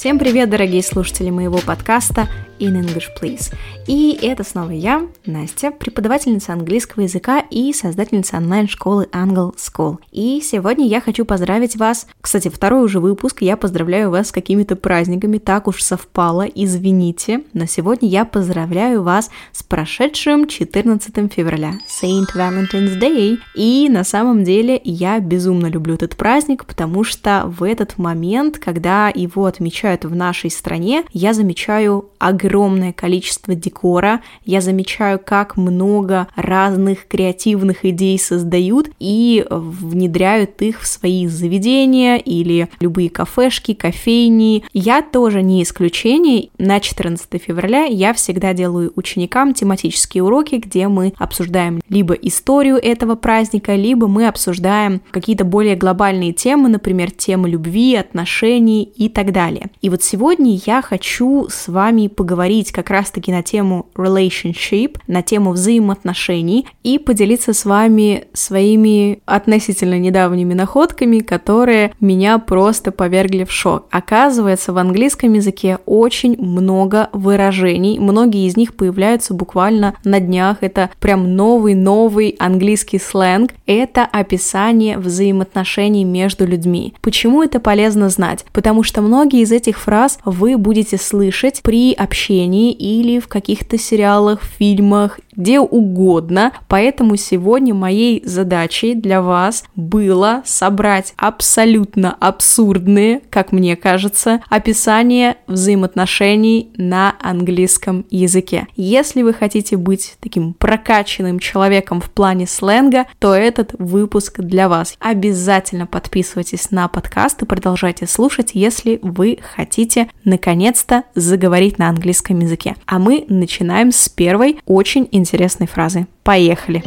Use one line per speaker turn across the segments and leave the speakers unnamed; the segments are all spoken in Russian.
Всем привет, дорогие слушатели моего подкаста In English Please. И это снова я, Настя, преподавательница английского языка и создательница онлайн-школы Angle School. И сегодня я хочу поздравить вас, кстати, второй уже выпуск, я поздравляю вас с какими-то праздниками, так уж совпало, извините, но сегодня я поздравляю вас с прошедшим 14 февраля, Saint Valentine's Day. И на самом деле я безумно люблю этот праздник, потому что в этот момент, когда его отмечают в нашей стране, я замечаю огромное количество декора, я замечаю, как много разных креативных идей создают и внедряют их в свои заведения или любые кафешки, кофейни. Я тоже не исключение. На 14 февраля я всегда делаю ученикам тематические уроки, где мы обсуждаем либо историю этого праздника, либо мы обсуждаем какие-то более глобальные темы, например, темы любви, отношений и так далее. И вот сегодня я хочу с вами поговорить как раз-таки на тему relationship, на тему взаимоотношений и поделиться с вами своими относительно недавними находками, которые меня просто повергли в шок. Оказывается, в английском языке очень много выражений, многие из них появляются буквально на днях, это прям новый английский сленг, это описание взаимоотношений между людьми. Почему это полезно знать? Потому что многие из этих фраз вы будете слышать при общении или в каких-то сериалах, фильмах, где угодно. Поэтому сегодня моей задачей для вас было собрать абсолютно абсурдные, как мне кажется, описания взаимоотношений на английском языке. Если вы хотите быть таким прокачанным человеком в плане сленга, то этот выпуск для вас. Обязательно подписывайтесь на подкаст и продолжайте слушать, если вы хотите наконец-то заговорить на английском языке. А мы начинаем с первой очень интересной фразы. Поехали!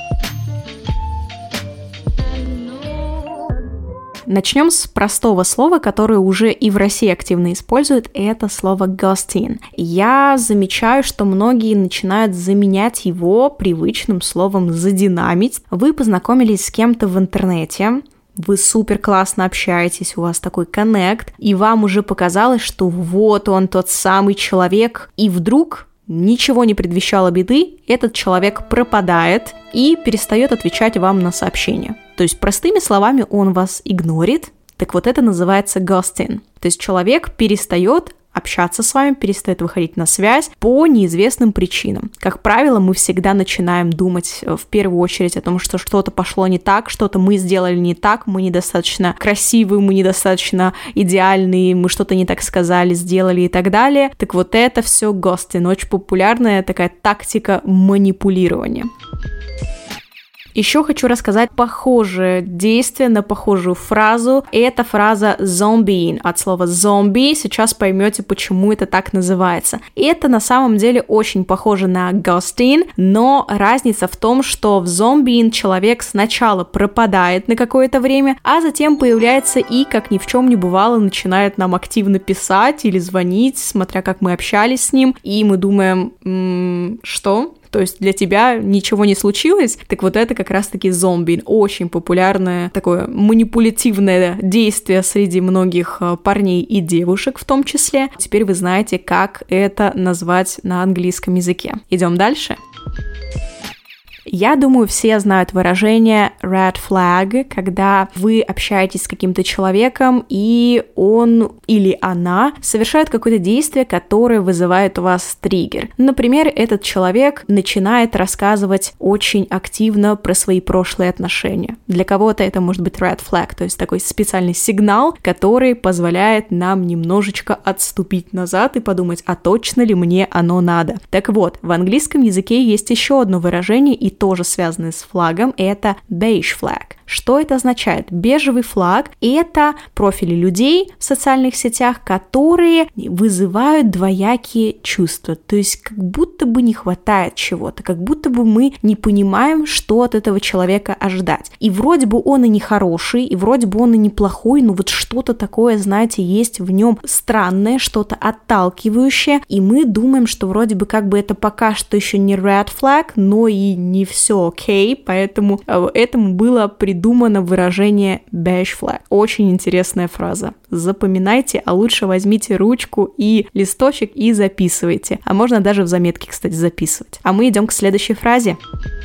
Начнем с простого слова, которое уже и в России активно используют, это слово ghosting. Я замечаю, что многие начинают заменять его привычным словом задинамить. Вы познакомились с кем-то в интернете, вы супер классно общаетесь, у вас такой коннект, и вам уже показалось, что вот он тот самый человек, и вдруг ничего не предвещало беды, этот человек пропадает и перестает отвечать вам на сообщения. То есть, простыми словами, он вас игнорит. Так вот, это называется ghosting. То есть, человек перестает общаться с вами, перестает выходить на связь по неизвестным причинам. Как правило, мы всегда начинаем думать в первую очередь о том, что что-то пошло не так, что-то мы сделали не так, мы недостаточно красивые, мы недостаточно идеальные, мы что-то не так сказали, сделали и так далее. Так вот это все ghosting, очень популярная такая тактика манипулирования. Еще хочу рассказать похожее действие на похожую фразу. Это фраза zombieing от слова зомби. Сейчас поймете, почему это так называется. Это на самом деле очень похоже на ghosting, но разница в том, что в zombieing человек сначала пропадает на какое-то время, а затем появляется и, как ни в чем не бывало, начинает нам активно писать или звонить, смотря как мы общались с ним, и мы думаем, что? То есть для тебя ничего не случилось, так вот это как раз-таки зомби. Очень популярное такое манипулятивное действие среди многих парней и девушек в том числе. Теперь вы знаете, как это назвать на английском языке. Идем дальше. Я думаю, все знают выражение red flag, когда вы общаетесь с каким-то человеком, и он или она совершает какое-то действие, которое вызывает у вас триггер. Например, этот человек начинает рассказывать очень активно про свои прошлые отношения. Для кого-то это может быть red flag, то есть такой специальный сигнал, который позволяет нам немножечко отступить назад и подумать, а точно ли мне оно надо. Так вот, в английском языке есть еще одно выражение, и тоже связанные с флагом, это beige flag. Что это означает? Бежевый флаг – это профили людей в социальных сетях, которые вызывают двоякие чувства. То есть как будто бы не хватает чего-то, как будто бы мы не понимаем, что от этого человека ожидать. И вроде бы он и не хороший, и вроде бы он и неплохой, но вот что-то такое, знаете, есть в нем странное, что-то отталкивающее, и мы думаем, что вроде бы как бы это пока что еще не red flag, но и не все окей, поэтому этому было придумано придумано выражение beige flag. Очень интересная фраза. Запоминайте, а лучше возьмите ручку и листочек и записывайте. А можно даже в заметке, кстати, записывать. А мы идем к следующей фразе.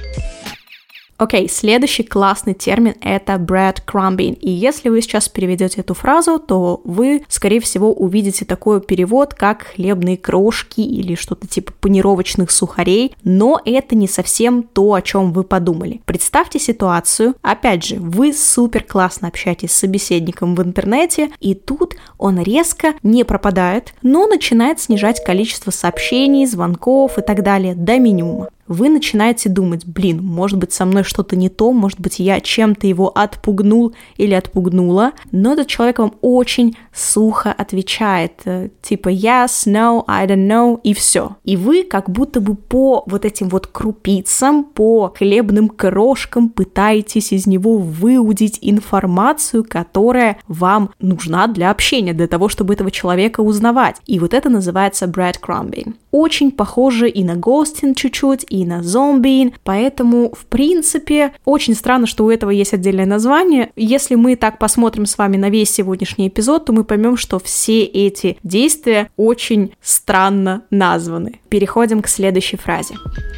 Окей, следующий классный термин — это breadcrumbing. И если вы сейчас переведете эту фразу, то вы, скорее всего, увидите такой перевод, как хлебные крошки или что-то типа панировочных сухарей, но это не совсем то, о чем вы подумали. Представьте ситуацию, опять же, вы супер классно общаетесь с собеседником в интернете, и тут он резко не пропадает, но начинает снижать количество сообщений, звонков и так далее до минимума. Вы начинаете думать, может быть, со мной что-то не то, может быть, я чем-то его отпугнул или отпугнула, но этот человек вам очень сухо отвечает, типа yes, no, I don't know, и все. И вы как будто бы по вот этим вот крупицам, по хлебным крошкам пытаетесь из него выудить информацию, которая вам нужна для общения, для того, чтобы этого человека узнавать. И вот это называется breadcrumbing. Очень похоже и на ghosting чуть-чуть, и на зомбиинг, поэтому, в принципе, очень странно, что у этого есть отдельное название. Если мы так посмотрим с вами на весь сегодняшний эпизод, то мы поймем, что все эти действия очень странно названы. Переходим к следующей фразе.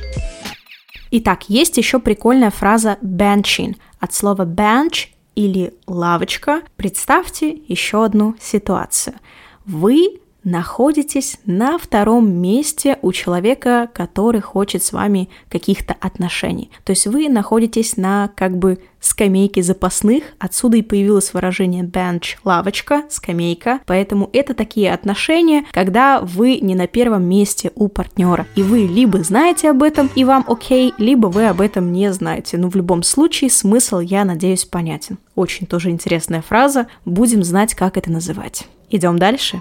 Итак, есть еще прикольная фраза benching. От слова bench или лавочка. Представьте еще одну ситуацию. Вы находитесь на втором месте у человека, который хочет с вами каких-то отношений. То есть вы находитесь на скамейке запасных, отсюда и появилось выражение bench, лавочка, скамейка, поэтому это такие отношения, когда вы не на первом месте у партнера, и вы либо знаете об этом, и вам окей, либо вы об этом не знаете, но в любом случае смысл, я надеюсь, понятен. Очень тоже интересная фраза, будем знать, как это называть. Идем дальше.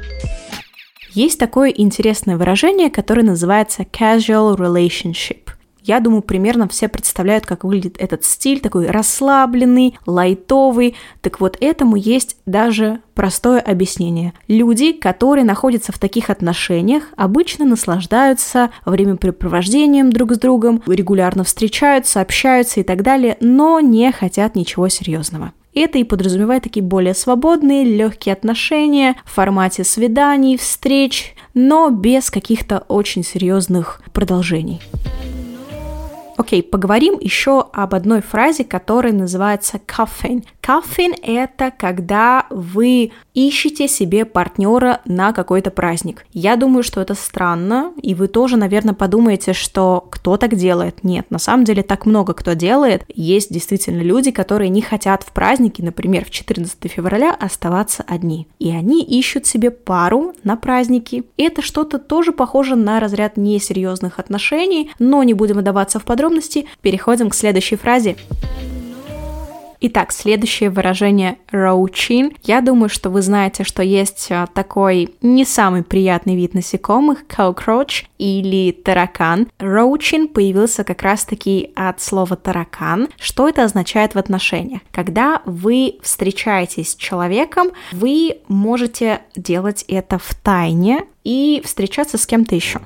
Есть такое интересное выражение, которое называется casual relationship. Я думаю, примерно все представляют, как выглядит этот стиль, такой расслабленный, лайтовый. Так вот, этому есть даже простое объяснение. Люди, которые находятся в таких отношениях, обычно наслаждаются времяпрепровождением друг с другом, регулярно встречаются, общаются и так далее, но не хотят ничего серьезного. Это и подразумевает такие более свободные, легкие отношения в формате свиданий, встреч, но без каких-то очень серьезных продолжений. Окей, поговорим еще об одной фразе, которая называется cuffing. Cuffing – это когда вы ищете себе партнера на какой-то праздник. Я думаю, что это странно, и вы тоже, наверное, подумаете, что кто так делает. Нет, на самом деле так много кто делает. Есть действительно люди, которые не хотят в праздники, например, в 14 февраля оставаться одни. И они ищут себе пару на праздники. Это что-то тоже похоже на разряд несерьезных отношений, но не будем вдаваться в подробности. Переходим к следующей фразе. Итак, следующее выражение roaching. Я думаю, что вы знаете, что есть такой не самый приятный вид насекомых, cockroach или таракан. Roaching появился как раз-таки от слова таракан. Что это означает в отношениях? Когда вы встречаетесь с человеком, вы можете делать это втайне и встречаться с кем-то еще.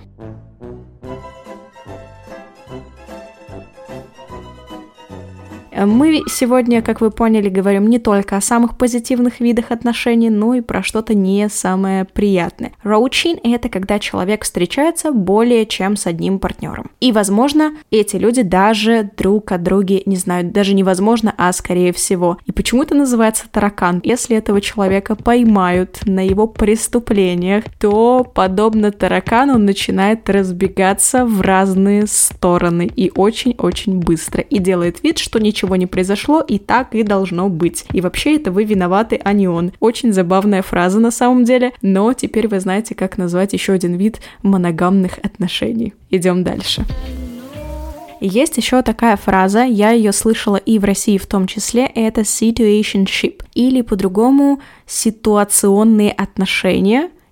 Мы сегодня, как вы поняли, говорим не только о самых позитивных видах отношений, но и про что-то не самое приятное. Roaching – это когда человек встречается более чем с одним партнером. И, возможно, эти люди даже друг о друге не знают. Даже невозможно, а скорее всего. И почему это называется таракан? Если этого человека поймают на его преступлениях, то, подобно таракану, он начинает разбегаться в разные стороны и очень-очень быстро. И делает вид, что ничего не произошло, и так и должно быть. И вообще это вы виноваты, а не он. Очень забавная фраза на самом деле, но теперь вы знаете, как назвать еще один вид моногамных отношений. Идем дальше. Есть еще такая фраза, я ее слышала и в России в том числе, это situationship, или по-другому ситуационные отношения.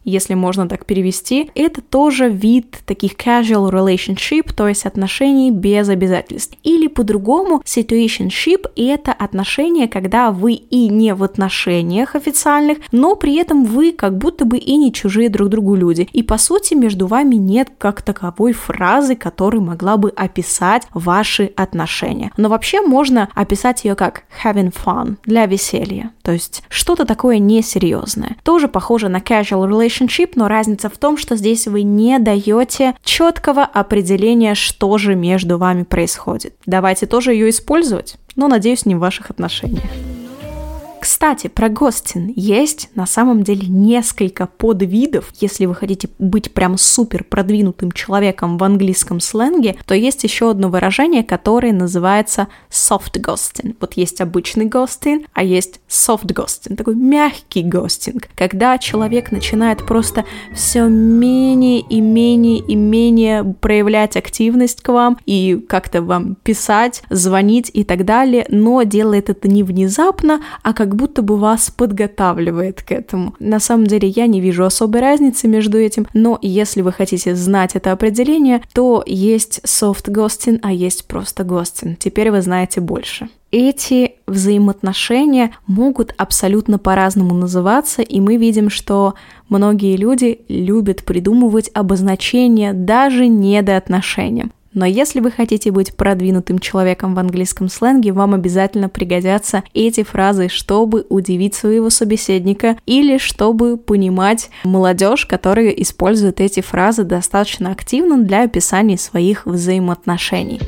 если можно так перевести, это тоже вид таких casual relationship, то есть отношений без обязательств. Или по-другому, situationship – это отношения, когда вы и не в отношениях официальных, но при этом вы как будто бы и не чужие друг другу люди. И по сути между вами нет как таковой фразы, которая могла бы описать ваши отношения. Но вообще можно описать ее как having fun, для веселья. То есть что-то такое несерьезное. Тоже похоже на casual relationship, но разница в том, что здесь вы не даете четкого определения, что же между вами происходит. Давайте тоже ее использовать, но, надеюсь, не в ваших отношениях. Кстати, про гостинг есть на самом деле несколько подвидов. Если вы хотите быть прям супер продвинутым человеком в английском сленге, то есть еще одно выражение, которое называется soft ghosting. Вот есть обычный гостинг, а есть soft ghosting, такой мягкий гостинг, когда человек начинает просто все менее и менее проявлять активность к вам и как-то вам писать, звонить и так далее, но делает это не внезапно, а как будто бы вас подготавливает к этому. На самом деле я не вижу особой разницы между этим, но если вы хотите знать это определение, то есть soft ghosting, а есть просто ghosting. Теперь вы знаете больше. Эти взаимоотношения могут абсолютно по-разному называться, и мы видим, что многие люди любят придумывать обозначения даже недоотношениям. Но если вы хотите быть продвинутым человеком в английском сленге, вам обязательно пригодятся эти фразы, чтобы удивить своего собеседника или чтобы понимать молодежь, которая использует эти фразы достаточно активно для описания своих взаимоотношений.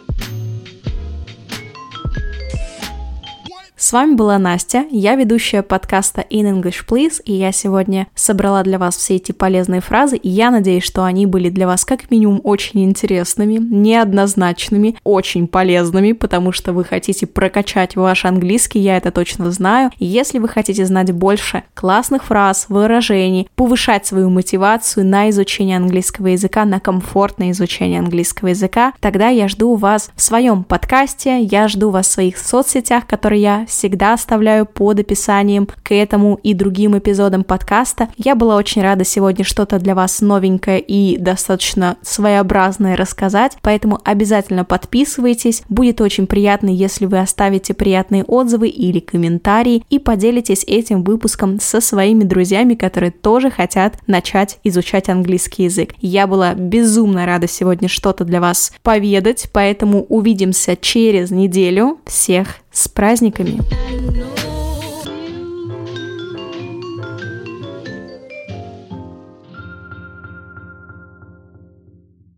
С вами была Настя, я ведущая подкаста In English Please, и я сегодня собрала для вас все эти полезные фразы, и я надеюсь, что они были для вас как минимум очень интересными, неоднозначными, очень полезными, потому что вы хотите прокачать ваш английский, я это точно знаю. И если вы хотите знать больше классных фраз, выражений, повышать свою мотивацию на изучение английского языка, на комфортное изучение английского языка, тогда я жду вас в своем подкасте, я жду вас в своих соцсетях, которые я всегда оставляю под описанием к этому и другим эпизодам подкаста. Я была очень рада сегодня что-то для вас новенькое и достаточно своеобразное рассказать, поэтому обязательно подписывайтесь. Будет очень приятно, если вы оставите приятные отзывы или комментарии и поделитесь этим выпуском со своими друзьями, которые тоже хотят начать изучать английский язык. Я была безумно рада сегодня что-то для вас поведать, поэтому увидимся через неделю. Всех с праздниками!